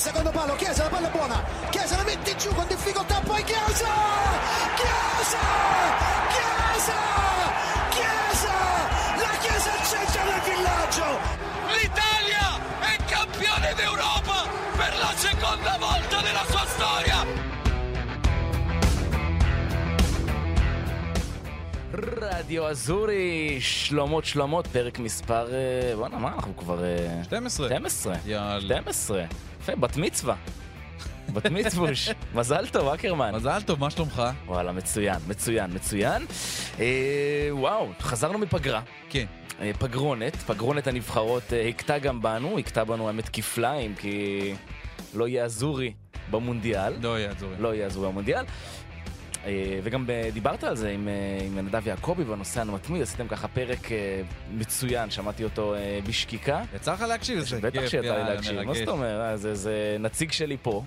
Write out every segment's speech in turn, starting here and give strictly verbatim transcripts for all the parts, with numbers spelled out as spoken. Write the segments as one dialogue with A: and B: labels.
A: secondo palo, Chiesa, la palla è buona, Chiesa la mette giù con difficoltà, poi Chiesa, Chiesa, Chiesa, Chiesa, la Chiesa al centro del villaggio.
B: L'Italia è campione d'Europa per la seconda volta nella sua storia.
C: רדיו אזורי, שלומות שלומות, פרק מספר, בוא'נה, מה אנחנו כבר...
D: שתים עשרה.
C: שתים עשרה.
D: יאללה.
C: שתים עשרה. יפה, בת מצווה. בת מצווש. מזל טוב, אקרמן.
D: מזל טוב, מה שלומך?
C: וואלה, מצוין, מצוין, מצוין. אה, וואו, חזרנו מפגרה.
D: כן.
C: אה, פגרונת, פגרונת הנבחרות אה, הכתה גם בנו, הכתה בנו האמת כפליים, כי לא יהיה אזורי במונדיאל.
D: לא יהיה אזורי.
C: לא יהיה אזורי במונדיאל. וגם דיברת על זה עם, עם נדב יעקובי בנושא המתמיד, עשיתם ככה פרק מצוין, שמעתי אותו בשקיקה.
D: יצא לך להקשיב לזה?
C: בטח שיצא לי להקשיב, מה זאת אומרת? זה, זה נציג שלי פה.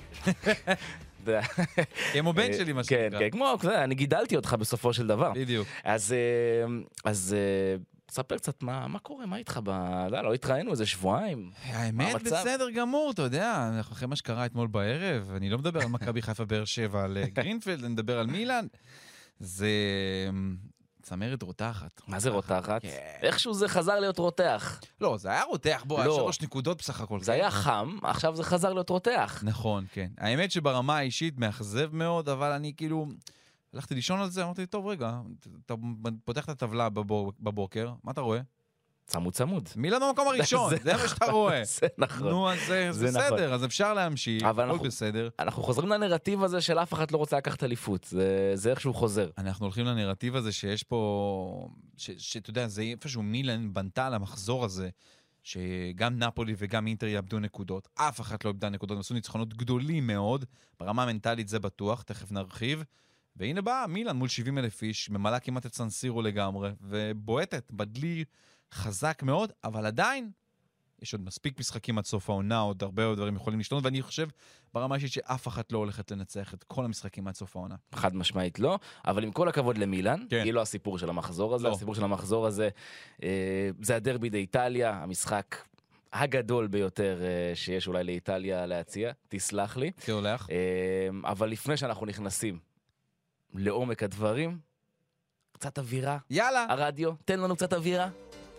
D: כמו בן שלי מה
C: כן,
D: שנקרא.
C: כן, כמו, אני גידלתי אותך בסופו של דבר.
D: בדיוק.
C: אז, אז ספר קצת מה, מה קורה, מה איתך? לא התראינו איזה שבועיים.
D: האמת בסדר גמור, אתה יודע, אחרי מה שקרה אתמול בערב, אני לא מדבר על מכבי חיפה באר שבע, על גרינפלד, אני מדבר על מילאן. זה צמרת רותחת.
C: מה זה רותחת? איכשהו זה חזר להיות רותח.
D: לא, זה היה רותח, בוא, היה שלוש נקודות בסך הכל. זה
C: היה חם, עכשיו זה חזר להיות רותח.
D: נכון, כן. האמת שברמה האישית מאכזב מאוד, אבל אני כאילו... הלכתי לישון על זה, אמרתי, טוב, רגע, אתה פותח את הטבלה בבוקר, מה אתה רואה?
C: צמוד צמוד.
D: מילאן במקום הראשון, זה מה שאתה רואה.
C: זה נכון.
D: נו, אז זה בסדר, אז אפשר להמשיך, הכל בסדר.
C: אנחנו חוזרים לנרטיב הזה של אף אחד לא רוצה לקחת אליפות, זה איכשהו חוזר.
D: אנחנו הולכים לנרטיב הזה שיש פה, שאתה יודע, זה איפשהו מילאן בנתה על המחזור הזה, שגם נפולי וגם אינטר יאבדו נקודות, אף אחד לא יאבדה נקודות, הם עשו ניצחונות גדולים מאוד, ברמה המנטלית זה בטוח, תכף נרחיב. והנה באה מילאן מול שבעים אלף איש, ממלאה כמעט את סנסירו לגמרי, ובועטת, בדלי חזק מאוד, אבל עדיין יש עוד מספיק משחקים עד סוף העונה, עוד הרבה עוד דברים יכולים להשתנות, ואני חושב ברמה אישית שאף אחת לא הולכת לנצח את כל המשחקים עד סוף העונה.
C: חד משמעית לא, אבל עם כל הכבוד למילאן,
D: כן.
C: היא לא הסיפור של המחזור הזה,
D: לא.
C: הסיפור של המחזור הזה, אה, זה הדרבי באיטליה, המשחק הגדול ביותר אה, שיש אולי לאיטליה להציע, תסלח לי.
D: כהולך.
C: אה, אבל לפני שאנחנו נכנסים לעומק הדברים, קצת אווירה.
D: יאללה.
C: הרדיו, תן לנו קצת אווירה.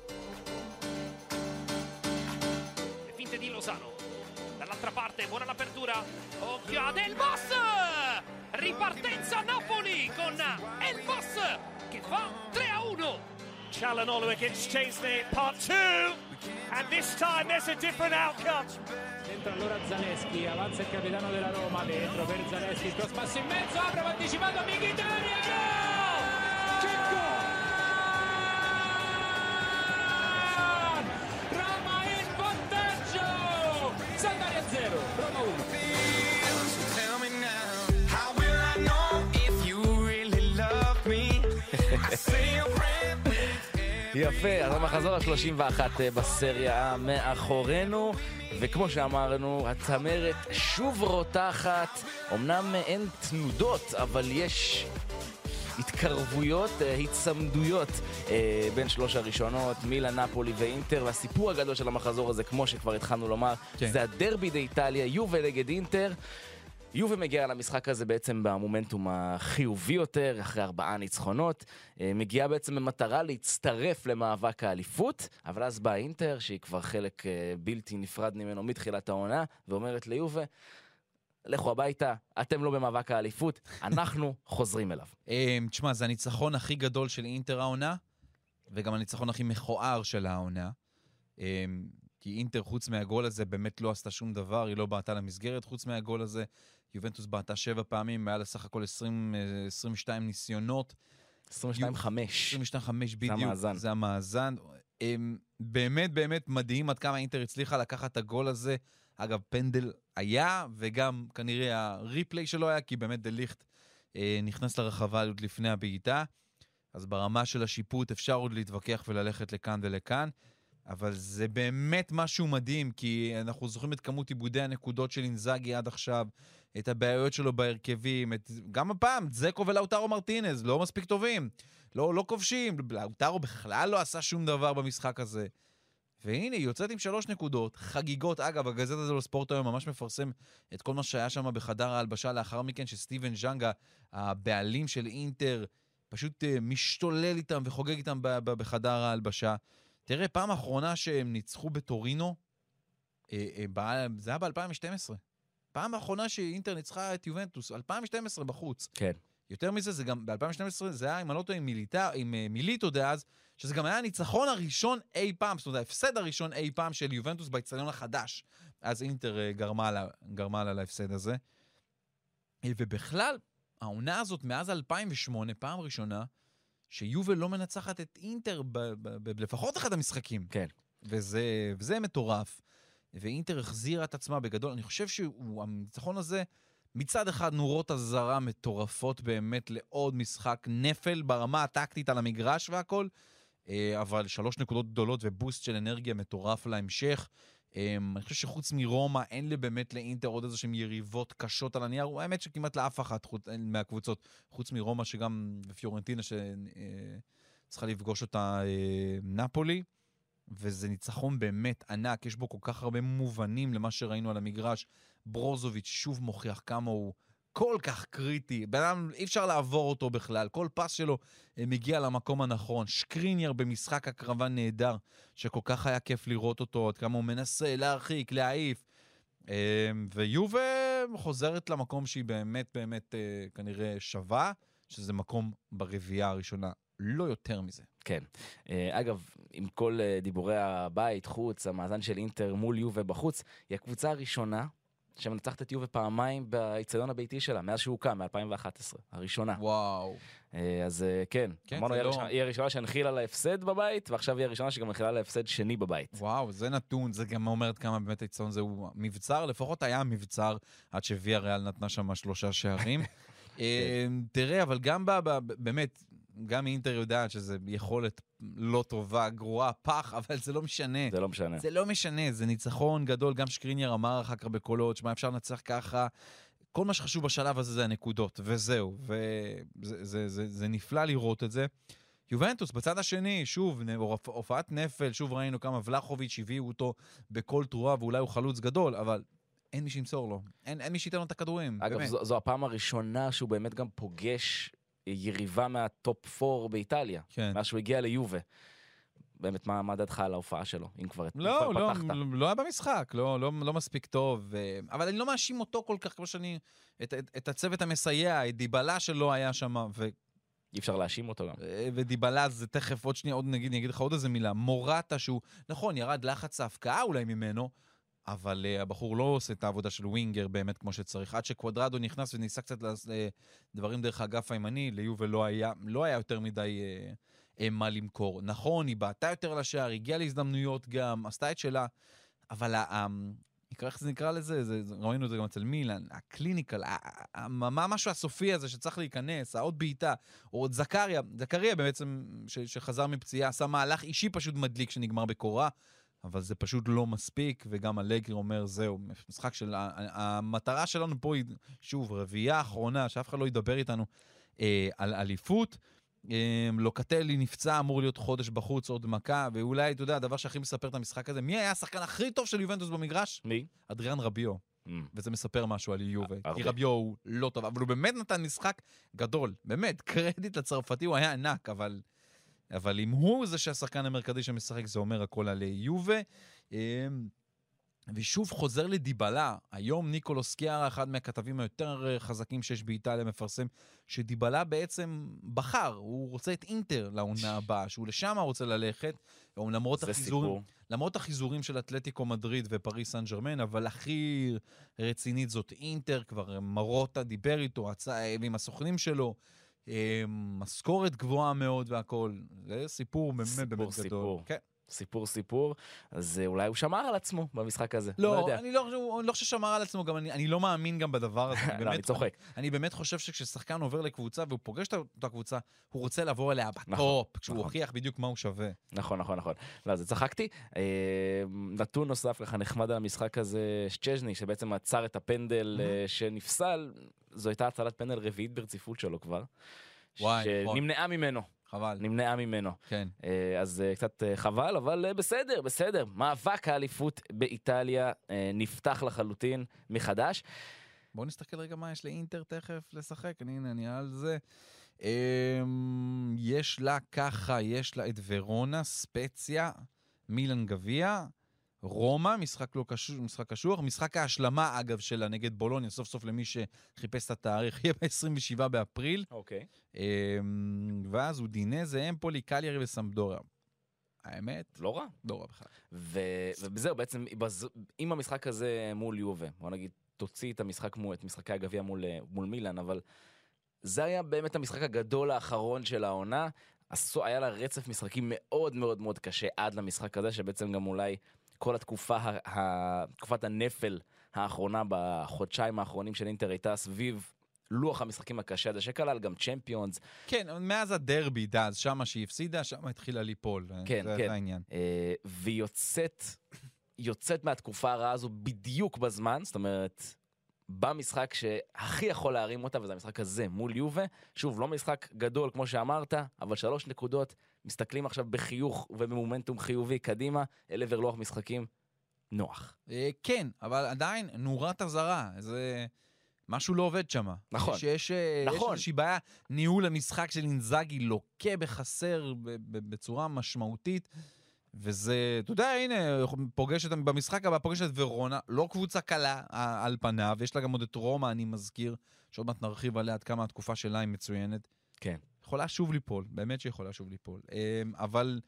B: Finte di Lozano. Dall'altra parte, buona l'apertura. Occhio ad El Boss! Ripartenza Napoli con El Boss che fa tre a uno. Çalhanoğlu against Chesney, part two. And this time there's a different outcome.
E: Dentro allora Zaleschi, avanza il capitano della Roma, dentro per Zaleschi, il cross passo in mezzo, apre, va anticipato Mkhitaryan! Che gol! Roma in vantaggio! Sampdoria zero, Roma uno.
F: Tell me now, how will I know if you really love me? I say your prayer.
C: יפה, אז המחזור ה-שלושים ואחת בסריה מאחורינו, וכמו שאמרנו, הצמרת שוב רותחת, אמנם אין תנודות, אבל יש התקרבויות, הצמדויות בין שלוש הראשונות, מילאן, נפולי ואינטר, והסיפור הגדול של המחזור הזה, כמו שכבר התחלנו לומר, כן. זה הדרבי באיטליה, יובה נגד אינטר. יובה מגיעה למשחק הזה בעצם במומנטום החיובי יותר, אחרי ארבעה ניצחונות, מגיעה בעצם במטרה להצטרף למאבק האליפות, אבל אז באה אינטר, שהיא כבר חלק בלתי נפרד ממנו מתחילת העונה, ואומרת ליובה, לכו הביתה, אתם לא במאבק האליפות, אנחנו חוזרים אליו.
D: תשמע, זה הניצחון הכי גדול של אינטר העונה, וגם הניצחון הכי מכוער של העונה, כי אינטר חוץ מהגול הזה באמת לא עשתה שום דבר, היא לא בעטה למסגרת חוץ מהגול הזה, יובנטוס בעטה שבע פעמים, מעל לסך הכל עשרים, עשרים ושתיים ניסיונות.
C: עשרים ושתיים חמש.
D: עשרים ושתיים חמש בדיוק.
C: זה המאזן.
D: זה המאזן. באמת באמת מדהים עד כמה אינטר הצליחה לקחת את הגול הזה. אגב, פנדל היה, וגם כנראה הריפליי שלו היה, כי באמת דליכט נכנס לרחבה עוד לפני הבעיטה. אז ברמה של השיפוט אפשר עוד להתווכח וללכת לכאן ולכאן. אבל זה באמת משהו מדהים, כי אנחנו זוכרים את כמות עיבודי הנקודות של אינזאגי עד עכשיו, את הבעיות שלו בהרכבים, את, גם הפעם, זקו ולאוטרו מרטינז, לא מספיק טובים, לא, לא כובשים, לאוטרו בכלל לא עשה שום דבר במשחק הזה. והנה, היא יוצאת עם שלוש נקודות, חגיגות. אגב, הגזט הזה לספורט היום ממש מפרסם את כל מה שהיה שם בחדר ההלבשה לאחר מכן, שסטיבן ז'אנגה, הבעלים של אינטר, פשוט uh, משתולל איתם וחוגג איתם ב- ב- בחדר ההלבשה. תראה, פעם האחרונה שהם ניצחו בטורינו, uh, uh, ב- זה היה ב-אלפיים ושתים עשרה. פעם האחרונה שאינטר ניצחה את יובנטוס, אלפיים ושתים עשרה בחוץ.
C: כן.
D: יותר מזה, זה גם ב-אלפיים ושתים עשרה, זה היה עם הלוטו עם, מיליטה, עם uh, מיליטו דאז, שזה גם היה הניצחון הראשון אי פעם, זאת אומרת, ההפסד הראשון אי פעם של יובנטוס באצטדיון החדש. אז אינטר uh, גרמה לה, גרמה לה להפסד הזה. Uh, ובכלל, העונה הזאת מאז אלפיים ושמונה, פעם ראשונה, שיובל לא מנצחת את אינטר ב- ב- ב- לפחות אחד המשחקים.
C: כן.
D: וזה, וזה מטורף. ואינטר החזירה את עצמה בגדול. אני חושב שהניצחון הזה, מצד אחד נורות הזרה מטורפות באמת לעוד משחק נפל ברמה הטקטית על המגרש והכל, אבל שלוש נקודות גדולות ובוסט של אנרגיה מטורף להמשך. אני חושב שחוץ מרומא, אין לי באמת לאינטר עוד איזושהי יריבות קשות על הנייר, האמת שכמעט לאף אחת מהקבוצות, חוץ מרומא שגם בפיורנטינה שצריכה לפגוש אותה נפולי, וזה ניצחון באמת ענק, יש בו כל כך הרבה מובנים למה שראינו על המגרש. ברוזוביץ' שוב מוכיח כמה הוא כל כך קריטי, בינם אי אפשר לעבור אותו בכלל, כל פס שלו מגיע למקום הנכון. שקריניאר במשחק הקרבה נהדר, שכל כך היה כיף לראות אותו, עד כמה הוא מנסה להרחיק, להעיף, ויובה חוזרת למקום שהיא באמת באמת כנראה שווה, שזה מקום ברביעייה הראשונה, לא יותר מזה.
C: כן. אגב, עם כל דיבורי הבית, חוץ, המאזן של אינטר מול יובה בחוץ, היא הקבוצה הראשונה שמנצחת את יובה פעמיים באצטדיון הביתי שלה, מאז שהוא קם, מ-אלפיים ואחת עשרה, הראשונה.
D: וואו.
C: אז כן,
D: כן,
C: אמרנו,
D: זה
C: היא
D: לא-
C: הראשונה- היא הראשונה שהנחילה להפסד בבית, ועכשיו היא הראשונה שגם הנחילה להפסד שני בבית.
D: וואו, זה נתון, זה גם אומרת כמה באמת האצטדיון הזה הוא מבצר, לפחות היה מבצר, עד שוויה ריאל נתנה שם שלושה שערים. אה, תראה, אבל גם ב- ב- באמת, גם אינטר יודעת שזה יכולת לא טובה, גרועה, פח, אבל זה לא משנה.
C: זה לא משנה.
D: זה לא משנה, זה ניצחון גדול, גם שקריניאר אמר אחר כך בקולות, שמה אפשר לנצח ככה, כל מה שחשוב בשלב הזה זה הנקודות, וזהו, וזה זה, זה, זה נפלא לראות את זה. יובנטוס בצד השני, שוב, הופעת נפל, שוב ראינו כמה ולחוביץ' הביאו אותו בכל תרועה, ואולי הוא חלוץ גדול, אבל אין מי שימסור לו, אין, אין מי שייתן לו את הכדורים.
C: אגב,
D: באמת.
C: זו, זו הפעם הראשונה שהוא באמת גם פוגש יריבה מהטופ ארבע באיטליה,
D: כן.
C: מאז שהוא הגיע ליובה. באמת, מה, מה דעתך על ההופעה שלו, אם כבר, אם
D: לא,
C: כבר
D: לא,
C: פתחת?
D: לא היה במשחק, לא, לא, לא מספיק טוב, ו... אבל אני לא מאשים אותו כל כך, כמו שאני, את, את, את הצוות המסייע, את דיבלה שלא היה שם, ו...
C: אי אפשר להאשים אותו גם.
D: ודיבלה זה תכף עוד שנייה, עוד נגיד, אני אגיד לך עוד איזה מילה, מורטה שהוא, נכון, ירד לחץ ההפקעה אולי ממנו, אבל uh, הבחור לא עושה את העבודה של ווינגר באמת כמו שצריך, עד שקוודרדו נכנס וניסה קצת לדברים דרך האגף הימני, ליובל לא היה, לא היה יותר מדי uh, uh, מה למכור. נכון, היא בעטה יותר לשער, הגיעה להזדמנויות גם, עשתה את שלה, אבל ה... נקרא איך זה נקרא לזה, זה, זה, ראינו את זה גם אצל מילן, הקליניקל, מה משהו הסופי הזה שצריך להיכנס, העוד בעיטה, או עוד זקריה, זקריה בעצם ש, שחזר מפציעה, עשה מהלך אישי פשוט מדליק שנגמר בקורה, אבל זה פשוט לא מספיק, וגם אלגרי אומר, זהו, משחק של... המטרה שלנו פה היא, שוב, רביעייה האחרונה, שאף אחד לא ידבר איתנו אה, על אליפות, אה, לוקטלי נפצע, אמור להיות חודש בחוץ, עוד מכה, ואולי, אתה יודע, הדבר שהכי מספר את המשחק הזה, מי היה השחקן הכי טוב של יובנטוס במגרש?
C: מי?
D: אדריאן רביו.
C: Mm.
D: וזה מספר משהו על יובה,
C: הרבה.
D: כי רביו הוא לא טוב, אבל הוא באמת נתן משחק גדול, באמת, קרדיט לצרפתי, הוא היה ענק, אבל... אבל אם הוא זה שהשחקן המרכזי שמשחק, זה אומר הכל על יובה. ושוב חוזר לדיבלה. היום ניקולו סקיארה, אחד מהכתבים היותר חזקים שיש באיטליה, מפרסם שדיבלה בעצם בחר. הוא רוצה את אינטר לעונה הבאה, שהוא לשם רוצה ללכת. למרות החיזורים, למרות החיזורים של אתלטיקו מדריד ופריס סן ז'רמן, אבל הכי רצינית זאת אינטר, כבר מרוטה דיבר איתו, עם הסוכנים שלו. משכורת גבוהה מאוד והכל. זה סיפור באמת באמת גדול. כן.
C: סיפור סיפור, אז אולי הוא שמר על עצמו במשחק הזה.
D: לא, אני לא חושב ששמר על עצמו, גם אני לא מאמין גם בדבר הזה.
C: לא, אני צוחק.
D: אני באמת חושב שכששחקן עובר לקבוצה והוא פוגש את אותה קבוצה, הוא רוצה לבוא אליה בטופ, כשהוא הוכיח בדיוק מה הוא שווה.
C: נכון, נכון, נכון. לא, אז צחקתי. נתון נוסף ככה נחמד על המשחק הזה, שצ'זני, שבעצם עצר את הפנדל שנפסל, זו הייתה הצלת פנדל רביעית ברציפות שלו כבר, שנמנעה ממנו.
D: חבל.
C: נמנעה ממנו.
D: כן.
C: אה, אז אה, קצת אה, חבל, אבל אה, בסדר, בסדר. מאבק האליפות באיטליה אה, נפתח לחלוטין מחדש.
D: בואו נסתכל רגע מה יש לאינטר תכף לשחק, אני הנה, אני על זה. אמ, יש לה ככה, יש לה את ורונה, ספציה, מילאן גביע, רומא, משחק לא קשור, משחק קשוח, משחק ההשלמה אגב שלה נגד בולוניה, סוף סוף למי שחיפש את התאריך, יהיה ב-עשרים ושבעה באפריל.
C: אוקיי.
D: אמ, ואז אודינזה, אמפולי, קליארי וסמפדוריה. האמת,
C: לא רע.
D: לא רע בכלל.
C: ו- ובזהו, בעצם, בז- עם המשחק הזה מול יובה, בוא נגיד, תוציא את המשחק, מול- את משחקי הגביע מול, מול מילאן, אבל זה היה באמת המשחק הגדול האחרון של העונה. עשו, היה לה רצף משחקים מאוד מאוד מאוד קשה עד למשחק הזה, שבעצם גם אולי כל התקופה, ה- ה- תקופת הנפל האחרונה בחודשיים האחרונים של אינטר הייתה סביב לוח המשחקים הקשה הזה, שכלל גם צ'מפיונס.
D: כן, מאז הדרבי, דאז, שמה שהיא הפסידה, שמה התחילה ליפול.
C: כן,
D: זה,
C: כן.
D: זה העניין.
C: אה, והיא יוצאת, יוצאת מהתקופה הרעה הזו בדיוק בזמן, זאת אומרת, במשחק שהכי יכול להרים אותה, וזה המשחק הזה מול יובה. שוב, לא משחק גדול כמו שאמרת, אבל שלוש נקודות, מסתכלים עכשיו בחיוך ובמומנטום חיובי קדימה, אל עבר לוח משחקים נוח.
D: אה, כן, אבל עדיין נורת אזהרה, זה משהו לא עובד שם.
C: נכון.
D: יש, יש, אה,
C: נכון.
D: יש איזושהי בעיה, ניהול המשחק של אינזאגי לוקה בחסר ב- ב- בצורה משמעותית, וזה, אתה יודע, הנה, פוגש את, במשחק הבא פוגש את ורונה, לא קבוצה קלה אה, על פניו, יש לה גם עוד את רומא, אני מזכיר, שעוד מעט נרחיב עליה עד כמה התקופה שלה היא מצוינת.
C: כן.
D: יכולה שוב ליפול, באמת שיכולה שוב ליפול. אה, אבל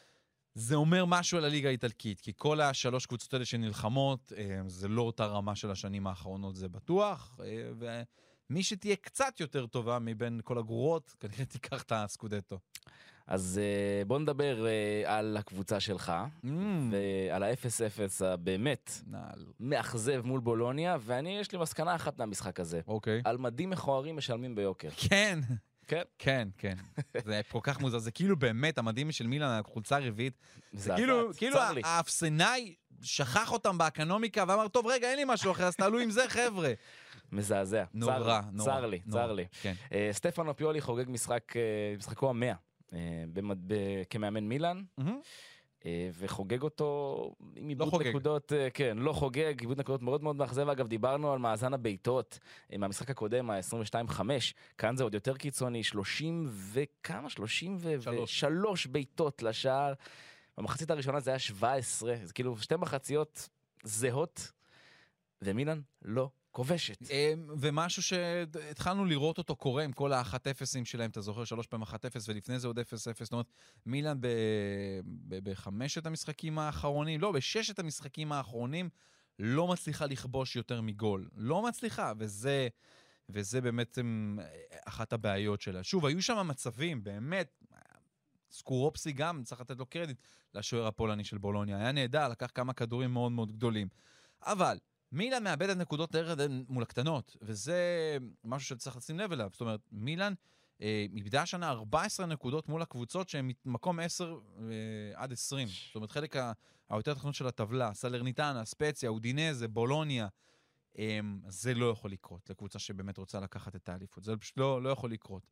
D: זה אומר משהו על הליגה האיטלקית, כי כל השלוש קבוצות האלה שנלחמות, אה, זה לא אותה רמה של השנים האחרונות, זה בטוח, אה, ומי שתהיה קצת יותר טובה מבין כל הגרורות, כנראה תיקח את הסקודטו.
C: אז uh, בוא נדבר uh, על הקבוצה שלך,
D: Mm.
C: ועל ה-אפס אפס הבאמת
D: נעל.
C: מאכזב מול בולוניה, ואני, יש לי מסקנה אחת מהמשחק הזה.
D: אוקיי.
C: על מדים מכוערים משלמים ביוקר.
D: כן.
C: כן.
D: כן, כן. זה כל כך מוזר, זה כאילו באמת, המדים של מילאן, החולצה הרביעית, זה
C: מזעזעת,
D: כאילו, כאילו
C: צר לי.
D: האפסנאי שכח אותם באקונומיקה ואמר, טוב, רגע, אין לי משהו אחר, אז תעלו עם זה, חבר'ה.
C: מזעזע.
D: נורא,
C: צר,
D: נורא.
C: צר לי,
D: נורא.
C: צר לי.
D: כן.
C: Uh, סטפנו פיולי חוגג משחק, uh, משחקו המאה, uh, במד... ב... כמאמן מילאן,
D: מהמם.
C: uh, וחוגג אותו עם עיבוד
D: חוגג.
C: נקודות, uh, כן, לא חוגג, עיבוד נקודות מאוד מאוד מאכזב. אגב, דיברנו על מאזן הבעיטות uh, מהמשחק הקודם, ה-עשרים ושתיים חמש, כאן זה עוד יותר קיצוני, שלושים וכמה? שלושים ושלוש בעיטות לשער. במחצית הראשונה זה היה שבע עשרה, זה כאילו שתי מחציות זהות, ומילאן לא כובשת.
D: ומשהו שהתחלנו לראות אותו קורה עם כל האחת אפסים שלהם, אתה זוכר, שלוש פעמים אחת אפס, ולפני זה עוד אפס אפס, זאת אומרת, מילאן ב- ב- בחמשת המשחקים האחרונים, לא, בששת המשחקים האחרונים, לא מצליחה לכבוש יותר מגול. לא מצליחה, וזה, וזה באמת אחת הבעיות שלה. שוב, היו שם מצבים, באמת, סקורופסי גם, צריך לתת לו קרדיט לשוער הפולני של בולוניה. היה נהדר, לקח כמה כדורים מאוד מאוד גדולים. אבל מילאן מאבדת נקודות דרך מול הקטנות, וזה משהו שצריך לשים לב אליו. זאת אומרת, מילאן אה, איבדה השנה ארבע עשרה נקודות מול הקבוצות שהן מקום עשר אה, עד עשרים. זאת אומרת, חלק ה- היותר תחתונות של הטבלה, סלרניטנה, ספציה, אודינזה, בולוניה, אה, זה לא יכול לקרות לקבוצה שבאמת רוצה לקחת את האליפות. זה פשוט לא, לא יכול לקרות.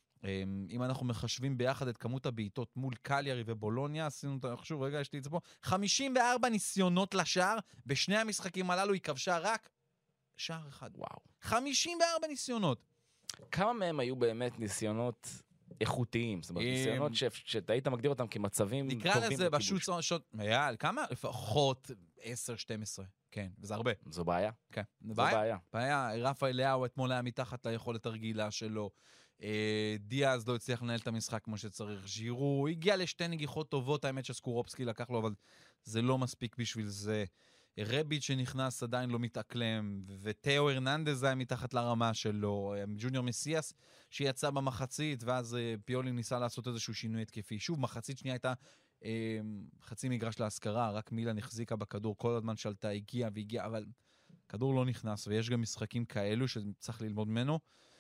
D: אם אנחנו מחשבים ביחד את כמות הבעיטות מול קליארי ובולוניה, עשינו את החשוב, רגע, יש לי את זה פה, חמישים וארבע ניסיונות לשער, בשני המשחקים הללו היא כבשה רק שער אחד.
C: וואו.
D: חמישים וארבע ניסיונות.
C: כמה מהם היו באמת ניסיונות איכותיים? זאת אומרת,
D: אמ,
C: ניסיונות ש- שאתה היית מגדיר אותם כמצבים טובים
D: נקרא לזה
C: לכיבוש.
D: בשוט שוט, היה, כמה? לפחות עשר שתים עשרה. כן, וזה הרבה.
C: זו בעיה.
D: כן.
C: זו בעיה.
D: בעיה, רפאל לאו אתמול היה מתחת ליכולת הרגילה שלו. אה, דיאז לא הצליח לנהל את המשחק כמו שצריך. ז'ירו הגיע לשתי נגיחות טובות, האמת שסקורופסקי לקח לו, אבל זה לא מספיק בשביל זה. רביץ' שנכנס עדיין לא מתאקלם, ותאו הרננדז היה מתחת לרמה שלו, ג'וניור מסיאס שיצא במחצית, ואז אה, פיולי ניסה לעשות איזשהו שינוי התקפי. שוב, מחצית שנייה הייתה אה, חצי מגרש להשכרה, רק מילאן החזיקה בכדור, כל הזמן שלטה, הגיעה והגיעה, אבל כדור לא נכנס, ויש גם משחקים כאלו שצריך ללמוד ממנו.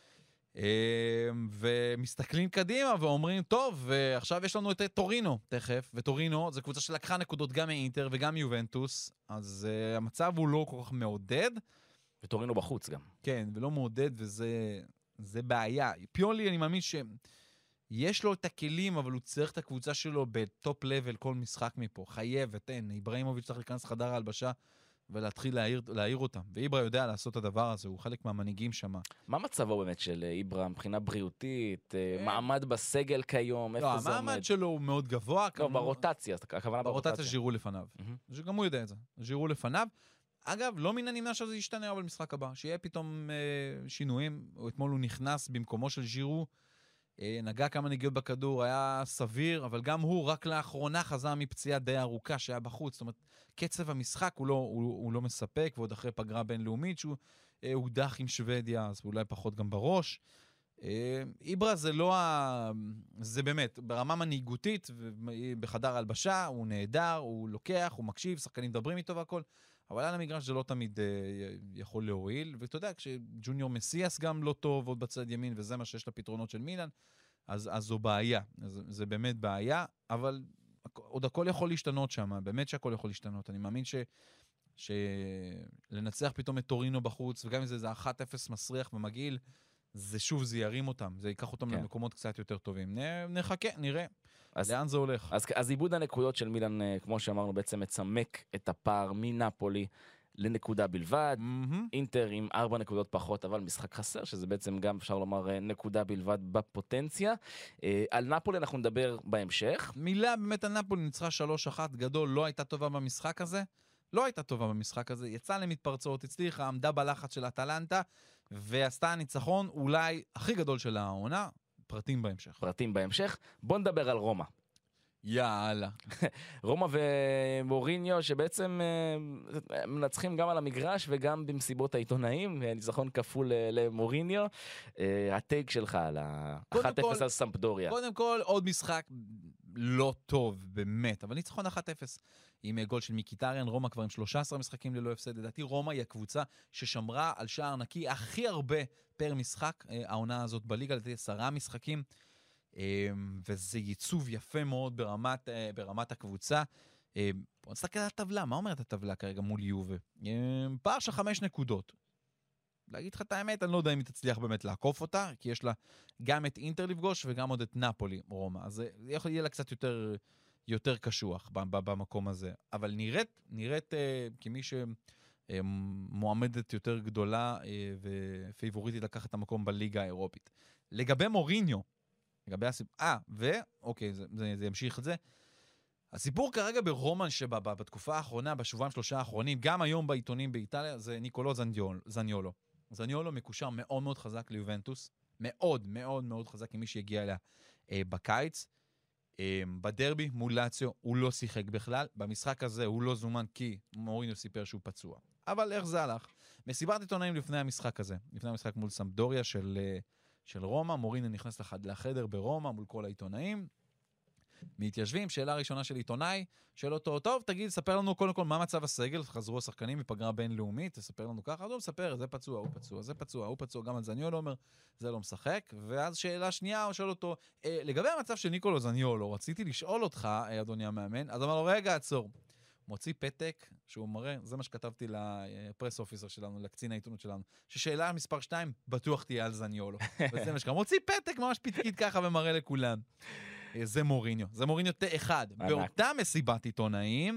D: ומסתכלים קדימה ואומרים, טוב, ועכשיו יש לנו את טורינו תכף, וטורינו זו קבוצה שלקחה נקודות גם מאינטר וגם מיובנטוס, אז uh, המצב הוא לא כל כך מעודד.
C: וטורינו בחוץ גם.
D: כן, ולא מעודד, וזה זה בעיה. פיולי, אני מאמין יש לו את הכלים, אבל הוא צריך את הקבוצה שלו בטופ לבל כל משחק מפה. חייבת, אין. איברהימוביץ' צריך להיכנס לחדר ההלבשה ולהתחיל להעיר, להעיר אותם. ואיברה יודע לעשות את הדבר הזה, הוא חלק מהמנהיגים שם.
C: מה מצבו באמת של איברה מבחינה בריאותית, מעמד בסגל כיום, איפה
D: לא,
C: זה עומד?
D: המעמד שלו הוא מאוד גבוה.
C: לא,
D: כמו...
C: ברוטציה, הכוונה
D: ברוטציה
C: ברוטציה.
D: ז'ירו לפניו.
C: Mm-hmm.
D: גם הוא יודע את זה. ז'ירו לפניו. אגב, לא מן הנמנע שזה ישתנה אבל משחק הבא, שיהיה פתאום אה, שינויים. אתמול הוא נכנס במקומו של ז'ירו, אה, נגע כמה נגיעות בכדור, היה סביר, אבל גם הוא רק לאחרונה חזר מפציעה די ארוכה שהיה בחוץ. זאת אומרת, קצב המשחק הוא לא, הוא, הוא לא מספק, ועוד אחרי פגרה בינלאומית שהוא אה, הודח עם שוודיה, אז אולי פחות גם בראש. אה, איברה זה לא ה... זה באמת, ברמה מנהיגותית, בחדר הלבשה, הוא נהדר, הוא לוקח, הוא מקשיב, שחקנים מדברים איתו והכל, אבל על המגרש זה לא תמיד אה, יכול להועיל, ואתה יודע, כשג'וניור מסיאס גם לא טוב, עוד בצד ימין, וזה מה שיש לפתרונות של מילאן, אז, אז זו בעיה, אז, זה באמת בעיה, אבל עוד הכל יכול להשתנות שם, באמת שהכל יכול להשתנות, אני מאמין ש... שלנצח פתאום את טורינו בחוץ, וגם אם זה, זה אחת אפס מסריח ומגעיל, זה שוב, זה ירים אותם, זה ייקח אותם כן. למקומות קצת יותר טובים. נ, נחכה, נראה. אז, לאן זה הולך?
C: אז, אז עיבוד הנקודות של מילאן, כמו שאמרנו, בעצם מצמק את הפער מנפולי לנקודה בלבד. Mm-hmm. אינטר עם ארבע נקודות פחות, אבל משחק חסר, שזה בעצם גם אפשר לומר נקודה בלבד בפוטנציה. אה, על נפולי אנחנו נדבר בהמשך.
D: מילה באמת על נפולי, ניצחה שלוש אחת גדול, לא הייתה טובה במשחק הזה. לא הייתה טובה במשחק הזה, יצאה למתפרצות, הצליחה, עמדה בלחץ של אטלנטה, ועשתה הניצחון אולי הכי גדול של העונה, פרטים בהמשך.
C: פרטים בהמשך. בוא נדבר על רומא.
D: יאללה.
C: רומא ומוריניו שבעצם מנצחים גם על המגרש וגם במסיבות העיתונאים, ניצחון כפול למוריניו. הטייק שלך על ה-אחת אפס על סמפדוריה.
D: קודם כל, עוד משחק לא טוב, באמת, אבל ניצחון אחת אפס עם גול של מיקיטריאן. רומא כבר עם שלושה עשר משחקים ללא הפסד. לדעתי רומא היא הקבוצה ששמרה על שער נקי הכי הרבה פר משחק, העונה הזאת בליגה, לדעתי עשרה משחקים, וזה ייצוב יפה מאוד ברמת, ברמת הקבוצה. בוא נסתכל על הטבלה, מה אומרת הטבלה כרגע מול יובה? פער של חמש נקודות. להגיד לך את האמת, אני לא יודע אם היא תצליח באמת לעקוף אותה, כי יש לה גם את אינטר לפגוש וגם עוד את נפולי, רומא. אז זה יכול יהיה לה קצת יותר, יותר קשוח במקום הזה. אבל נראית, נראית כמי שמועמדת יותר גדולה ופייבוריטית לקחת את המקום בליגה האירופית. לגבי מוריניו, לגבי הסיפור, אה, ואוקיי, זה, זה, זה ימשיך את זה. הסיפור כרגע ברומא שבתקופה האחרונה, בשבועיים שלושה האחרונים, גם היום בעיתונים באיטליה, זה ניקולו זניולו. זניולו מקושר מאוד מאוד חזק ליובנטוס, מאוד מאוד מאוד חזק עם מי שהגיע אליה אה, בקיץ. אה, בדרבי מול לאציו הוא לא שיחק בכלל, במשחק הזה הוא לא זומן כי מוריניו סיפר שהוא פצוע. אבל איך זה הלך? מסיבת עיתונאים לפני המשחק הזה, לפני המשחק מול סמפדוריה של, אה, של רומא, מוריניו נכנס לחד, לחדר ברומא מול כל העיתונאים, מתיישבים, שאלה ראשונה של עיתונאי, שאל אותו, טוב, תגיד, ספר לנו קודם כל מה מצב הסגל, חזרו השחקנים מפגרה בינלאומית, תספר לנו ככה, אז הוא מספר, זה פצוע, הוא פצוע, זה פצוע, הוא פצוע, גם על זניולו אומר, זה לא משחק, ואז שאלה שנייה, הוא שואל אותו, אה, לגבי המצב של ניקולו זניולו, רציתי לשאול אותך, אה, אדוני המאמן, אז אמר לו, רגע, עצור, מוציא פתק, שהוא מראה, זה מה שכתבתי לפרס אופיסר שלנו, לקצין העיתונות שלנו, ששאלה מספר שתיים, בטוח תהיה על זניולו, וזה מה שקרה, מוציא פתק ממש פתקית ככה ומראה לכולם. זה מוריניו, זה מוריניו תה אחד. באותה מסיבת עיתונאים,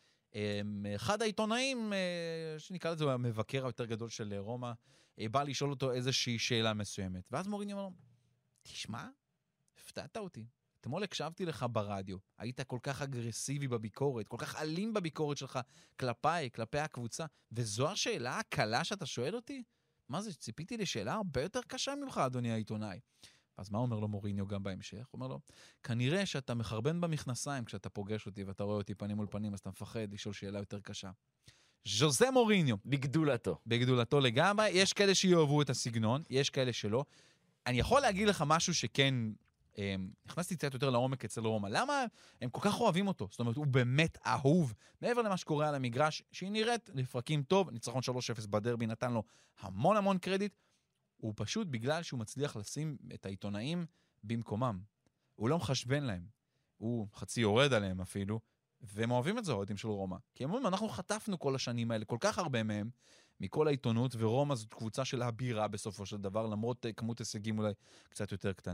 D: אחד העיתונאים, שנקרא לזה המבקר היותר גדול של רומא, בא לשאול אותו איזושהי שאלה מסוימת. ואז מוריניו אומר לו, תשמע, הפתעת אותי. אתמול הקשבתי לך ברדיו, היית כל כך אגרסיבי בביקורת, כל כך אלים בביקורת שלך, כלפיי, כלפי הקבוצה, וזו השאלה הקלה שאתה שואל אותי? מה זה, ציפיתי לשאלה הרבה יותר קשה ממך, אדוני העיתונאי. אז מה אומר לו מוריניו גם בהמשך? הוא אומר לו, כנראה שאתה מחרבן במכנסיים כשאתה פוגש אותי ואתה רואה אותי פנים מול פנים, אז אתה מפחד לשאול שאלה יותר קשה. ז'וזה מוריניו.
C: בגדולתו.
D: בגדולתו לגמרי. יש כאלה שיאהבו את הסגנון, יש כאלה שלא. אני יכול להגיד לך משהו שכן, הם, נכנסתי קצת יותר לעומק אצל רומא. למה הם כל כך אוהבים אותו? זאת אומרת, הוא באמת אהוב. מעבר למה שקורה על המגרש, שהיא נראית לפרקים טוב, ניצחון שלוש אפס בדרבי נתן לו המון המון קרדיט. הוא פשוט בגלל שהוא מצליח לשים את העיתונאים במקומם. הוא לא מחשבן להם. הוא חצי יורד עליהם אפילו, והם אוהבים את זה, האוהדים של רומא. כי הם אומרים, אנחנו חטפנו כל השנים האלה, כל כך הרבה מהם, מכל העיתונות, ורומא זאת קבוצה של הבירה בסופו של דבר, למרות כמות הישגים אולי קצת יותר קטנה,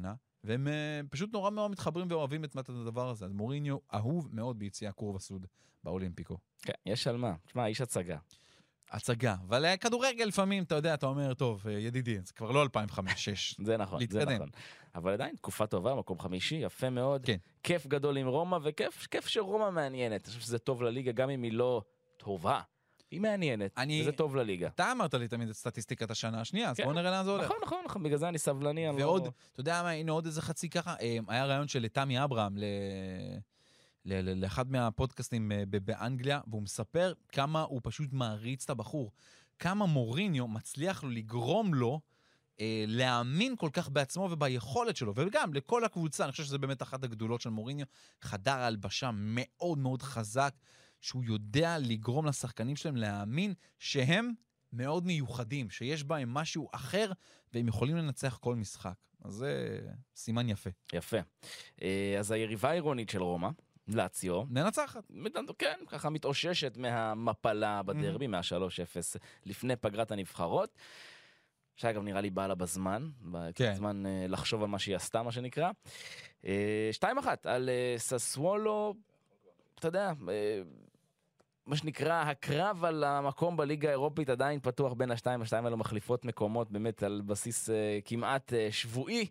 D: והם uh, פשוט נורא מאוד מתחברים ואוהבים את הדבר הזה. אז מוריניו אהוב מאוד ביציאה קורבה סוד באולימפיקו.
C: כן, יש על מה. תשמע, איש הצגה.
D: הצגה, אבל כדורגל לפעמים, אתה יודע, אתה אומר, טוב, ידידי, זה כבר לא אלפיים וחמש שש.
C: זה נכון, זה נכון. אבל עדיין, תקופה טובה, מקום חמישי, יפה מאוד.
D: כן.
C: כיף גדול עם רומא, וכיף כיף שרומא מעניינת. אני חושב שזה טוב לליגה, גם אם היא לא טובה. היא מעניינת,
D: אני...
C: וזה טוב לליגה.
D: אתה אמרת לי תמיד את סטטיסטיקת השנה השנייה, אז
C: כן.
D: בואו נראה לאן זה הולך.
C: נכון, נכון, נכון, בגלל זה אני סבלני.
D: ועוד,
C: לא...
D: אתה יודע מה, הנה עוד איזה חצי ככה, היה רעיון של תמי אברהם ל... לאחד מהפודקאסטים באנגליה, והוא מספר כמה הוא פשוט מעריץ את הבחור, כמה מוריניו מצליח לו לגרום לו אה, להאמין כל כך בעצמו וביכולת שלו, וגם לכל הקבוצה, אני חושב שזה באמת אחת הגדולות של מוריניו, חדר הלבשה מאוד מאוד חזק, שהוא יודע לגרום לשחקנים שלהם להאמין שהם מאוד מיוחדים, שיש בהם משהו אחר, והם יכולים לנצח כל משחק. אז זה סימן יפה.
C: יפה. אז היריבה העירונית של רומא, לאציו,
D: ננצחת.
C: כן, ככה מתאוששת מהמפלה בדרבי, מה-שלוש אפס לפני פגרת הנבחרות. שאגב נראה לי באה לה בזמן, בזמן לחשוב על מה שהיא עשתה, מה שנקרא. שתיים אחת על ססוולו, אתה יודע, מה שנקרא, הקרב על המקום בליגה האירופית עדיין פתוח בין השתיים, השתיים האלו מחליפות מקומות באמת על בסיס כמעט שבועי.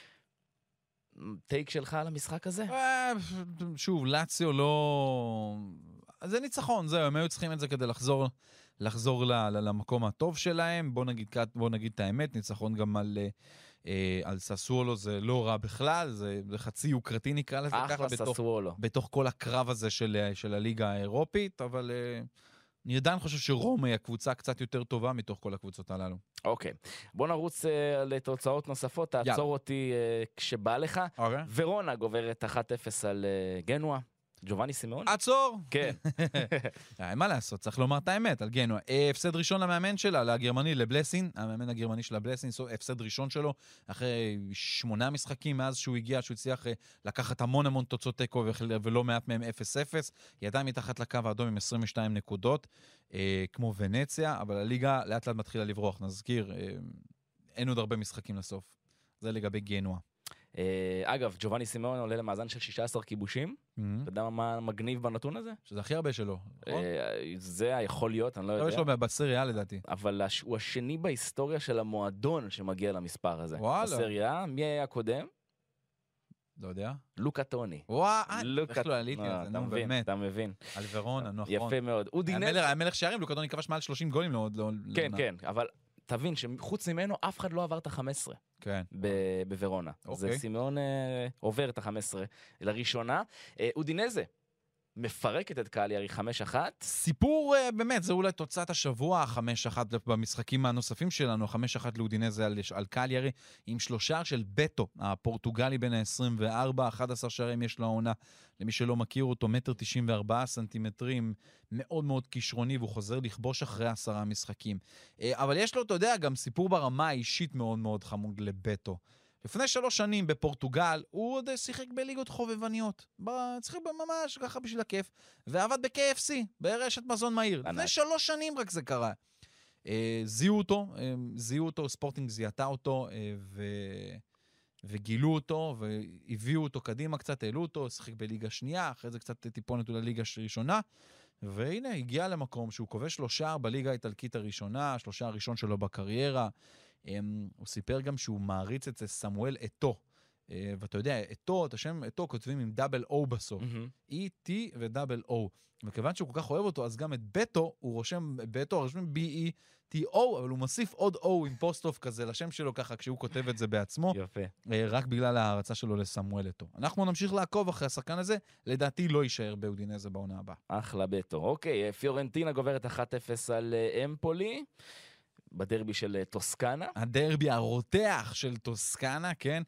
C: טייק שלך על המשחק הזה?
D: שוב, לאציו לא... זה ניצחון, זהו, הם היו צריכים את זה כדי לחזור, לחזור למקום הטוב שלהם. בוא נגיד, בוא נגיד את האמת, ניצחון גם על, על ססוולו, זה לא רע בכלל, זה, זה חצי יוקרתי נקרא לזה ככה.
C: אחלה ססוולו.
D: בתוך כל הקרב הזה של, של הליגה האירופית, אבל... אני עדיין חושב שרומא היא הקבוצה קצת יותר טובה מתוך כל הקבוצות הללו.
C: אוקיי. בוא נרוץ uh, לתוצאות נוספות, תעצור יאללה. אותי uh, כשבא לך. אוקיי. ורונה גוברת אחת אפס על uh, גנואה. ג'ובאני סימאון?
D: עצור!
C: כן.
D: מה לעשות, צריך לומר את האמת על גנואה. הפסד ראשון למאמן שלה, לגרמני, לבלסין, המאמן הגרמני של הבלסין, הפסד ראשון שלו, אחרי שמונה משחקים מאז שהוא הגיע, שהוא הצליח לקחת המון המון תוצאות תיקו ולא מעט מהם אפס אפס, ידיים מתחת לקו האדום עם עשרים ושתיים נקודות, כמו ונציה, אבל הליגה לאט לאט מתחילה לברוח, נזכיר, אין עוד הרבה משחקים לסוף. זה לגבי גנואה.
C: אגב, ג'ובאני סימאון עולה למאזן של שישה עשר כיבושים. אתה יודע מה מגניב בנתון הזה?
D: שזה הכי הרבה שלו.
C: זה יכול להיות, אני לא יודע.
D: לא יש לו בסריה לדעתי.
C: אבל הוא השני בהיסטוריה של המועדון שמגיע למספר הזה.
D: וואלה.
C: בסריה, מי היה הקודם?
D: לא יודע.
C: לוקה טוני.
D: וואו, איך לא עליתי על זה, נו באמת.
C: אתה מבין.
D: על ורונה, נכון.
C: יפה מאוד.
D: המלך שערים, לוקה טוני כבש מעל שלושים גולים.
C: כן, כן, אבל תבין שחוץ ממנו אף אחד לא עבר את ה-חמש עשרה.
D: כן.
C: בוורונה. זה סימאון עובר את ה-חמש עשרה לראשונה. אודינזה מפרקת את קליארי חמש אחת.
D: סיפור באמת, זה אולי תוצאת השבוע, חמש אחת במשחקים הנוספים שלנו, חמש אחת לאודינזה על, על קליארי, עם שלושה של בטו, הפורטוגלי בין ה-עשרים וארבע, אחד עשר שערים יש לו העונה, למי שלא מכיר אותו, מטר תשעים וארבעה סנטימטרים, מאוד מאוד כישרוני, והוא חוזר לכבוש אחרי עשרה משחקים. אבל יש לו, אתה יודע, גם סיפור ברמה האישית מאוד מאוד חמוד לבטו. לפני שלוש שנים בפורטוגל, הוא עוד שיחק בליגות חובבניות. שיחק ממש ככה בשביל הכיף, ועבד ב-קיי אף סי, ברשת מזון מהיר. לפני שלוש שנים רק זה קרה. זיהו אותו, זיהו אותו, ספורטינג זיהתה אותו, ו... וגילו אותו, והביאו אותו קדימה קצת, העלו אותו, שיחק בליגה שנייה, אחרי זה קצת טיפונת לליגה ראשונה, והנה, הגיע למקום שהוא כובש שלושה בליגה האיטלקית הראשונה, שלושה הראשון שלו בקריירה. הוא סיפר גם שהוא מעריץ את זה סמואל אתו, ואתה יודע, אתו, את השם אתו כותבים עם דאבל או בסוף, E-T ודאבל O, וכיוון שהוא כל כך אוהב אותו, אז גם את בטו, הוא רושם, בטו רושמים B-E-T-O, אבל הוא מוסיף עוד O עם פוסט-אוף כזה לשם שלו ככה, כשהוא כותב את זה בעצמו,
C: יפה.
D: רק בגלל ההרצה שלו לסמואל אתו. אנחנו נמשיך לעקוב אחרי השחקן הזה, לדעתי לא יישאר באודינזה בעונה הבאה.
C: אחלה בטו. אוקיי, פיורנטינה גוברת אחת אפס על אמפולי, בדרבי של טוסקנה.
D: הדרבי הרותח של טוסקנה, כן.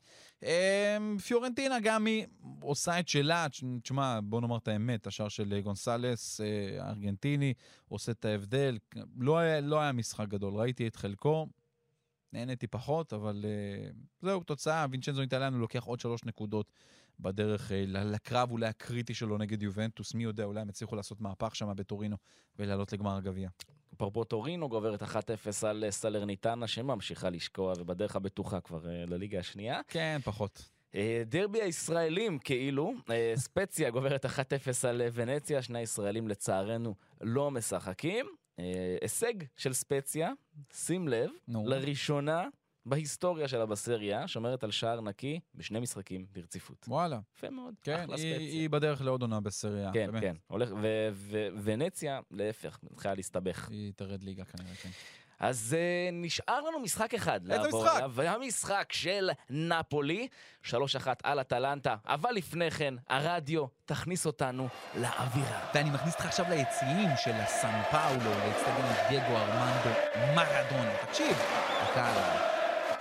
D: פיורנטינה גם היא עושה את שלה, תשמע, בוא נאמר את האמת, השאר של גונסלס, הארגנטיני, עושה את ההבדל. לא היה, לא היה משחק גדול, ראיתי את חלקו, נהניתי פחות, אבל זהו, תוצאה, וינצ'נזו איטליאנו לוקח עוד שלוש נקודות בדרך לקרב אולי הקריטי שלו נגד יובנטוס, מי יודע, אולי הם הצליחו לעשות מהפך שם בטורינו ולעלות לגמר הגביע.
C: פרופו טורינו גוברת אחת אפס על סלרניטנה שממשיכה לשקוע ובדרך הבטוחה כבר לליגה השנייה.
D: כן, פחות.
C: דרבי הישראלים כאילו, ספציה גוברת אחת אפס על ונציה, שני ישראלים לצערנו לא משחקים. הישג של ספציה, שים לב,
D: נו.
C: לראשונה בהיסטוריה שלה בסריה, שומרת על שער נקי בשני משחקים ברציפות.
D: וואלה.
C: יפה מאוד,
D: כן,
C: אחלה
D: היא,
C: ספציה.
D: היא בדרך לעוד עונה בסריה.
C: כן,
D: באמת.
C: כן, הולך, וונציה, להפך, מתחילה להסתבך.
D: היא תרד ליגה כנראה, כן.
C: אז uh, נשאר לנו משחק אחד.
D: איזה
C: לעבור
D: משחק?
C: עליו, והמשחק של נפולי, שלוש אחת על אטלנטה, אבל לפני כן, הרדיו תכניס אותנו לאווירה.
D: ואני מכניס אותך עכשיו ליציעים של הסן פאולו, לאצטדיון דייגו ארמנדו מרדונה. תקשיב, הקהל הזה.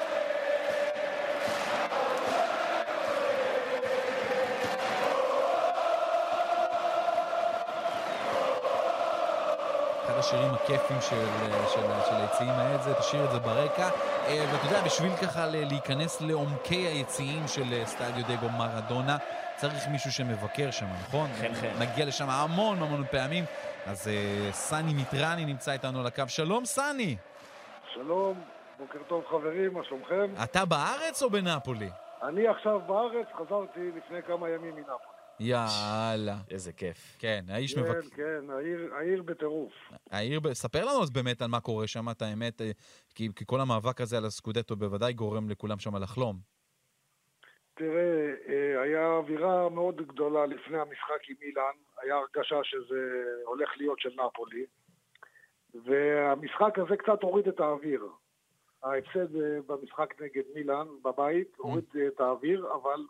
D: אחד השירים הכיפים של, של, של היציעים האלה, תשאיר את זה ברקע. ואתה יודע, בשביל ככה להיכנס לעומקי היציעים של סטדיו דייגו מרדונה, צריך מישהו שמבקר שם, נכון?
C: כן, כן.
D: נגיע לשם המון המון פעמים. אז uh, סני מיטרני נמצא איתנו על הקו. שלום סני!
G: שלום, בוקר טוב חברים, מה שלומכם?
D: אתה בארץ או בנפולי?
G: אני עכשיו בארץ, חזרתי לפני כמה ימים מנפולי.
D: יאללה.
C: איזה כיף.
D: כן, האיש
G: כן,
D: מבקר.
G: כן, העיר, העיר בטירוף.
D: העיר, ב- ספר לנו אז באמת על מה קורה שם, את האמת, אה, כי, כי כל המאבק הזה על הסקודטו בוודאי גורם לכולם שם לחלום.
G: תראה, אה, היה אווירה מאוד גדולה לפני המשחק עם מילאן, היה הרגשה שזה הולך להיות של נפולי, והמשחק הזה קצת הוריד את האוויר. ההפסד אה, במשחק נגד מילאן בבית הוריד את האוויר, אבל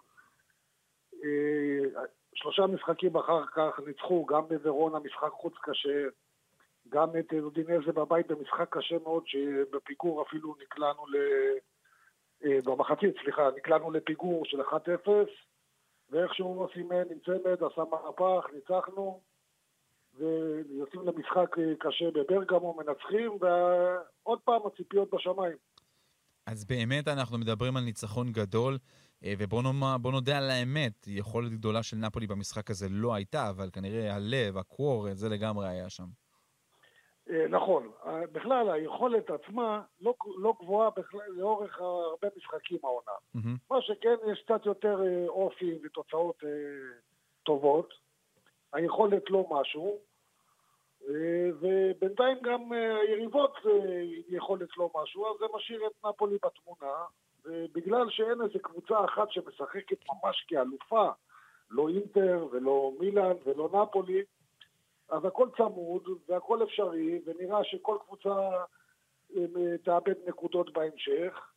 G: אה, שלושה משחקים אחר כך ניצחו, גם בוורונה משחק חוץ קשה, גם את אודינזה בבית במשחק קשה מאוד, שבפיגור אפילו נקלענו ל... במחצית, סליחה, נקלענו לפיגור של אחת אפס, ואיכשהו סימן עם צמד, עשה מהפך, ניצחנו, ויוצאים למשחק קשה בברגמו, מנצחים, ועוד פעם הציפיות בשמיים.
D: אז באמת אנחנו מדברים על ניצחון גדול, ובוא נאמר, בוא נודע על האמת, יכולת גדולה של נפולי במשחק הזה לא הייתה, אבל כנראה הלב, הקור, זה לגמרי היה שם.
G: נכון, בכלל היכולת עצמה לא, לא גבוהה בכלל, לאורך הרבה משחקים העונה. Mm-hmm. מה שכן, יש קצת יותר אופי ותוצאות טובות, היכולת לא משהו, ובינתיים גם היריבות יכולת לא משהו, אז זה משאיר את נפולי בתמונה, ובגלל שאין איזו קבוצה אחת שמשחקת ממש כאלופה, לא אינטר ולא מילאן ולא נפולי, אז הכל צמוד והכל אפשרי, ונראה שכל קבוצה תאבד נקודות בהמשך,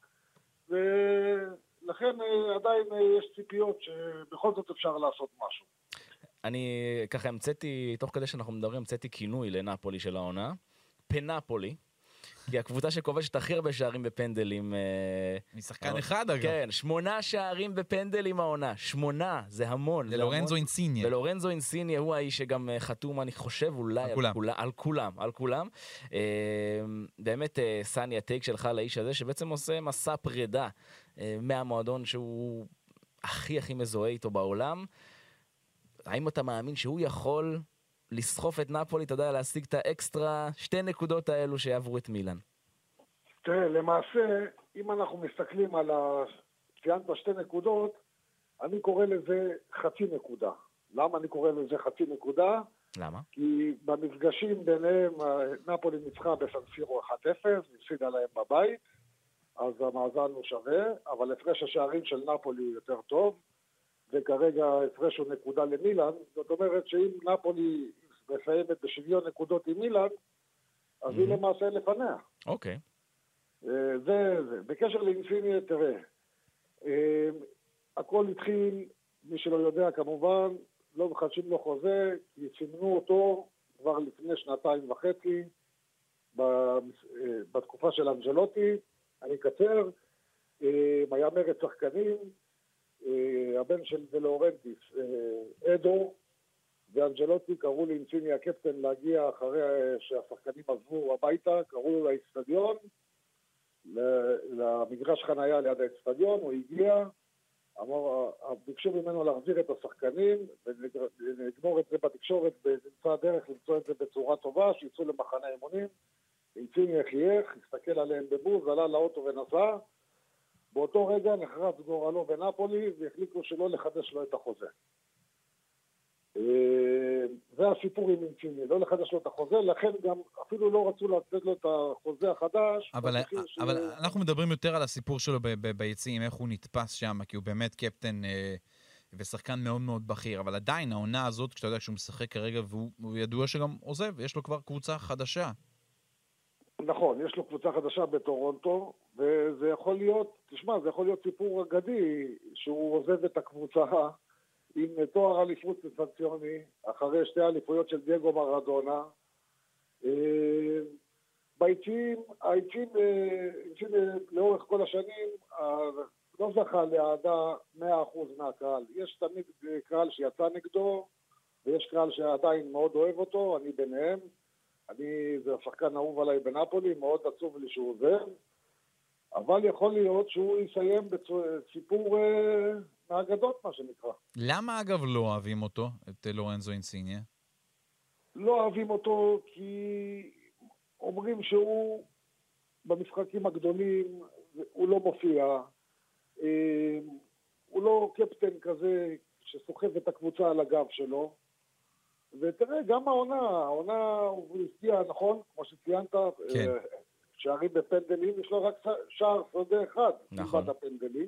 G: ולכן עדיין יש ציפיות שבכל זאת אפשר לעשות משהו.
C: אני ככה המצאתי, תוך כדי שאנחנו מדברים, המצאתי כינוי לנפולי של העונה, פנפולי, כי הקבוצה שכובשת הכי הרבה שערים בפנדלים...
D: משחקן אחד אגב.
C: כן, שמונה שערים בפנדלים העונה, שמונה, זה המון.
D: ללורנזו אינסיניה.
C: ולורנזו אינסיניה הוא האיש שגם חתום, אני חושב, אולי על כולם, על כולם, על כולם. באמת, סני, הטייק שלך לאיש הזה, שבעצם עושה מסע פרידה מהמועדון שהוא הכי הכי מזוהה איתו בעולם. האם אתה מאמין שהוא יכול... לסחוף את נפולי, אתה יודע, להשיג את האקסטרה שתי נקודות האלו שיעברו את מילאן?
G: תראה, למעשה, אם אנחנו מסתכלים על ציינת בשתי נקודות, אני קורא לזה חצי נקודה. למה אני קורא לזה חצי נקודה?
C: למה?
G: כי במפגשים ביניהם, נפולי ניצחה בסנסירו אחת אפס, הפסידה להם בבית, אז המאזן הוא שווה, אבל הפרש השערים של נפולי יותר טוב, וכרגע הפרש הוא נקודה למילאן, זאת אומרת שאם נפולי מסיימת בשוויון נקודות עם מילאן, אז mm-hmm. היא למעשה לפניה.
C: אוקיי. Okay.
G: זה, זה. בקשר לאינסיניה, תראה, הכל התחיל, מי שלא יודע כמובן, לא מחדשים לו חוזה, כי סימנו אותו כבר לפני שנתיים וחצי, בתקופה של אנג'לוטי, אני אקצר, היה מרד שחקנים, הבן של דלורנטיס, אדו, ואנג'לוטי קראו לאינסיניה הקפטן להגיע אחרי שהשחקנים עזבו הביתה, קראו לו לאצטדיון, למגרש חנייה ליד האצטדיון, הוא הגיע, אמר, ביקשו ממנו להחזיר את השחקנים, ונגמור את זה בתקשורת, ונמצא הדרך למצוא את זה בצורה טובה, שיצאו למחנה אימונים, אינסיניה חייך, הסתכל עליהם בבוז, עלה לאוטו ונסע, באותו רגע נחרץ גורלו בנאפולי, והחליטו שלא לחדש לו את החוזה. זה הסיפור עם אינסיני, לא לחדש לו את החוזה, לכן גם אפילו לא רצו לתת לו את החוזה החדש.
D: אבל, אבל ש... אנחנו מדברים יותר על הסיפור שלו ב- ב- ביציעים, איך הוא נתפס שם, כי הוא באמת קפטן אה, ושחקן מאוד מאוד בכיר, אבל עדיין העונה הזאת, כשאתה יודע שהוא משחק כרגע, והוא ידוע שגם עוזב, יש לו כבר קבוצה חדשה.
G: נכון, יש לו קבוצה חדשה בטורונטו, וזה יכול להיות, תשמע, זה יכול להיות סיפור אגדי, שהוא עוזב את הקבוצה עם תואר אליפות סנסציוני, אחרי שתי אליפויות של דייגו מרדונה. ביציעים, היציעים לאורך כל השנים, לא זכה לאהדה מאה אחוז מהקהל. יש תמיד קהל שיצא נגדו, ויש קהל שעדיין מאוד אוהב אותו, אני ביניהם. אני, זה השחקן אהוב עליי בנאפולי, מאוד עצוב לי שהוא עוזב, אבל יכול להיות שהוא יסיים בסיפור אה, מהאגדות, מה שנקרא.
D: למה אגב לא אוהבים אותו, את לורנזו אינסיניה?
G: לא אוהבים אותו כי אומרים שהוא במשחקים הגדולים, הוא לא מופיע, אה, הוא לא קפטן כזה שסוחב את הקבוצה על הגב שלו, ותראה, גם העונה, העונה הוא הפתיע, נכון, כמו שציינת,
D: כן.
G: שערים בפנדלים, יש לו רק שער שדה אחד,
C: נכון.
G: הפנדלים,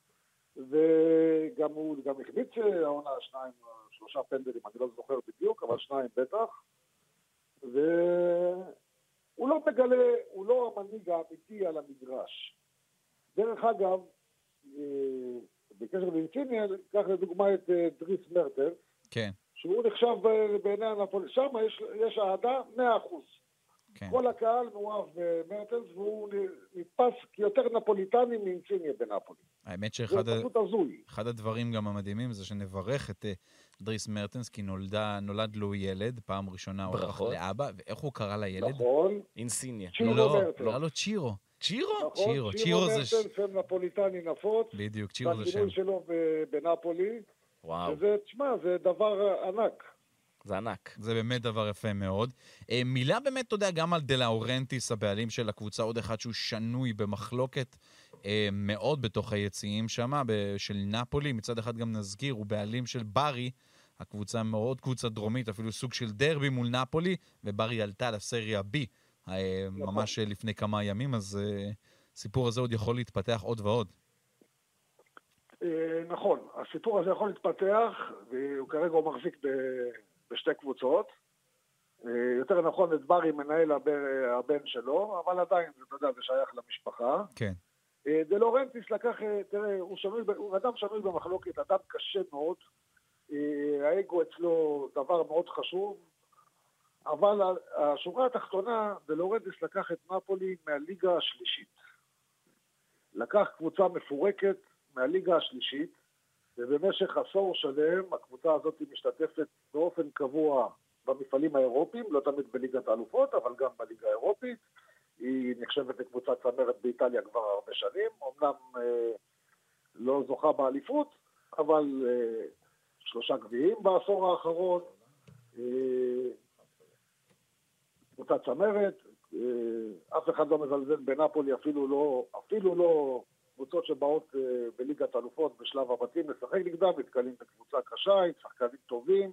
G: וגם הוא גם החמיץ העונה שניים, שלושה פנדלים, אני לא זוכר בדיוק, אבל שניים בטח, והוא לא מגלה, הוא לא המנהיג האמיתי על המגרש. דרך אגב, בקשר לאינסיני, קח לדוגמה את דריס מרטנס,
D: כן.
G: שהוא נחשב בעיני הנפולי. שם יש, יש אהדה מאה אחוז. כן. כל הקהל מאוהב במרטנס, והוא נתפס כיותר נפוליטני מאינסיני בנאפולי.
D: האמת שאחד
G: זה פשוט הזוי.
D: אחד הדברים גם המדהימים זה שנברך את דריס מרטנס, כי נולדה, נולד לו ילד, פעם ראשונה הוא הלך לאבא, ואיך הוא קרא לילד?
G: נכון.
C: אינסיניה.
G: צ'ירו
D: לא,
G: מרטנס.
D: לא, לא צ'ירו. צ'ירו?
G: נכון,
D: צ'ירו,
G: צ'ירו
D: זה...
G: מרטנס, שם נפוליטני נפוץ.
D: בדיוק, צ'ירו זה שם.
G: והכינוי שלו בנאפולי.
C: וואו.
G: וזה, תשמע, זה דבר ענק.
C: זה ענק.
D: זה באמת דבר יפה מאוד. מילה באמת, אתה יודע, גם על דה לאורנטיס, הבעלים של הקבוצה, עוד אחד שהוא שנוי במחלוקת מאוד בתוך היציעים שם, של נאפולי. מצד אחד גם נזכיר, הוא בעלים של ברי, הקבוצה מאוד קבוצה דרומית, אפילו סוג של דרבי מול נאפולי, וברי עלתה לסריה בי, ממש לפני כמה ימים, אז הסיפור הזה עוד יכול להתפתח עוד ועוד.
G: נכון, הסיפור הזה יכול להתפתח, והוא כרגע הוא מחזיק בשתי קבוצות. יותר נכון, את ברי מנהל הבן שלו, אבל עדיין, אתה יודע, זה שייך למשפחה.
D: כן.
G: דה לורנטיס לקח, תראה, הוא, שנוי, הוא אדם שנוי במחלוקת, אדם קשה מאוד. האגו אצלו דבר מאוד חשוב, אבל השורה התחתונה, דה לורנטיס לקח את נאפולי מהליגה השלישית. לקח קבוצה מפורקת, מהליגה השלישית, ובמשך עשור שלם הקבוצה הזאת משתתפת באופן קבוע במפעלים האירופיים, לא תמיד בליגת האלופות, אבל גם בליגה האירופית. היא נחשבת לקבוצת צמרת באיטליה כבר הרבה שנים, אמנם אה, לא זוכה באליפות, אבל אה, שלושה גביעים בעשור האחרון, אה, קבוצת צמרת, אה, אף אחד לא מזלזל בנאפולי, אפילו לא, אפילו לא קבוצות שבאות uh, בליגת אלופות בשלב הבתים, לשחק נגדם, מתקלים בקבוצה קשה, עם שחקנים טובים,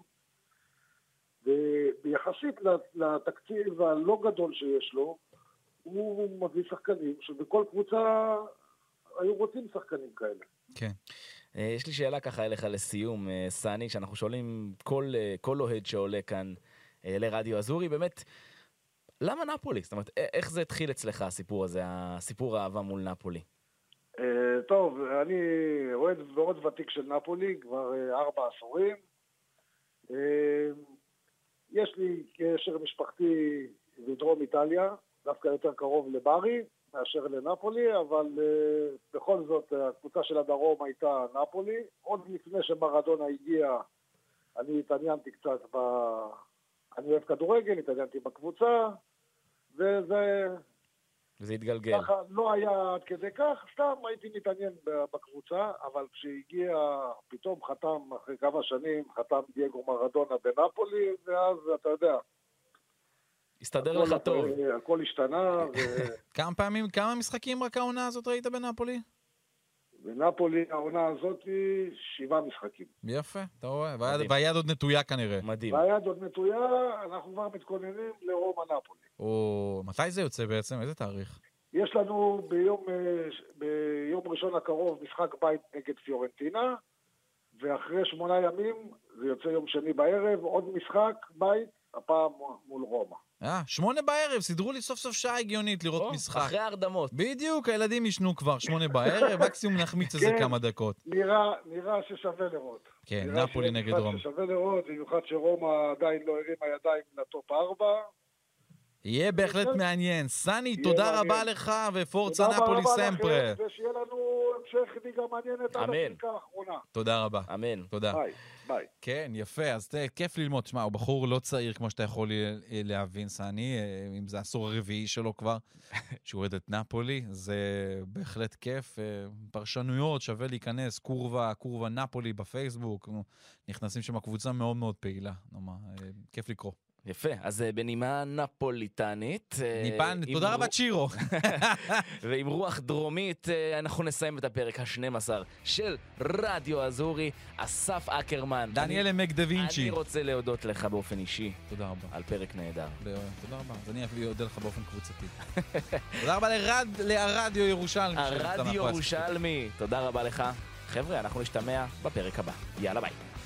G: וביחסית לתקציב הלא גדול שיש לו, הוא מביא שחקנים שבכל קבוצה היו רוצים שחקנים כאלה.
D: כן.
C: Uh, יש לי שאלה ככה אליך לסיום, uh, סני, שאנחנו שואלים כל, uh, כל אוהד שעולה כאן uh, לרדיו אזורי, באמת, למה נאפולי? זאת אומרת, איך זה התחיל אצלך הסיפור הזה, הסיפור האהבה מול נאפולי?
G: Uh, טוב, אני אוהד מאוד ותיק של נאפולי, כבר uh, ארבע עשורים. Uh, יש לי קשר משפחתי בדרום איטליה, דווקא יותר קרוב לברי מאשר לנאפולי, אבל uh, בכל זאת הקבוצה של הדרום הייתה נאפולי. עוד לפני שמרדונה הגיע, אני התעניינתי קצת ב... אני אוהב כדורגל, התעניינתי בקבוצה, וזה...
C: וזה התגלגל.
G: ככה לא היה עד כדי כך, סתם הייתי מתעניין בקבוצה, אבל כשהגיע, פתאום חתם, אחרי כמה שנים, חתם דייגו מרדונה בנאפולי, ואז אתה יודע.
C: הסתדר לך טוב.
G: הכל השתנה.
D: כמה פעמים, כמה משחקים רק העונה הזאת ראית בנאפולי?
G: ונפולי, העונה הזאת היא שבעה משחקים.
D: יפה, אתה רואה, והיד- והיד עוד נטויה כנראה.
C: מדהים.
G: והיד עוד נטויה, אנחנו כבר מתכוננים לרומא נפולי.
D: או, מתי זה יוצא בעצם? איזה תאריך?
G: יש לנו ביום, אה, ביום ראשון הקרוב משחק בית נגד פיורנטינה, ואחרי שמונה ימים, זה יוצא יום שני בערב, עוד משחק בית, הפעם מול רומא.
D: אה, שמונה בערב, סידרו לי סוף סוף שעה הגיונית לראות
C: או,
D: משחק.
C: אחרי ההרדמות.
D: בדיוק, הילדים ישנו כבר שמונה בערב, מקסימום נחמיץ איזה
G: כן.
D: כמה דקות.
G: נראה, נראה ששווה לראות.
D: כן,
G: נראה
D: נפולי
G: שיהיה
D: נגד
G: משחק
D: רומא.
G: ששווה לראות, במיוחד שרומא עדיין לא הרימה ידיים לטופ ארבע.
D: יהיה בהחלט מעניין. סני,
G: יהיה
D: תודה
G: מעניין.
D: רבה לך, ופורצה
G: תודה
D: נפולי
G: רבה
D: סמפרה.
G: לכם, ושיהיה לנו המשך ליגה מעניינת עד
C: אמן.
G: הפרקה האחרונה.
D: תודה רבה.
C: אמן.
D: תודה.
G: ביי, ביי.
D: כן, יפה, אז תה, כיף ללמוד. תשמע, הוא בחור לא צעיר, כמו שאתה יכול אה, להבין, סני, אה, אם זה העשור הרביעי שלו כבר, שהוא אוהד את נפולי, זה בהחלט כיף. אה, פרשנויות, שווה להיכנס, קורבה, קורבה נפולי בפייסבוק, נכנסים שם קבוצה מאוד מאוד פעילה. נאמר, אה, כיף לקרוא.
C: יפה, אז אה, בנימה נפוליטנית. אה,
D: ניפן,
C: עם
D: תודה
C: רו-
D: רבה צ'ירו.
C: ועם רוח דרומית אה, אנחנו נסיים את הפרק ה-שנים עשר של רדיו אזורי. אסף אקרמן.
D: דניאל
C: אני-
D: עמק דה וינצ'י.
C: אני רוצה להודות לך באופן אישי
D: תודה רבה.
C: על פרק נהדר.
D: תודה רבה. אז אני אביא אודה לך באופן קבוצתי. תודה רבה לרד, לרדיו ירושלמי.
C: הרדיו ירושלמי, תודה רבה לך. חבר'ה, אנחנו נשתמע בפרק הבא. יאללה ביי.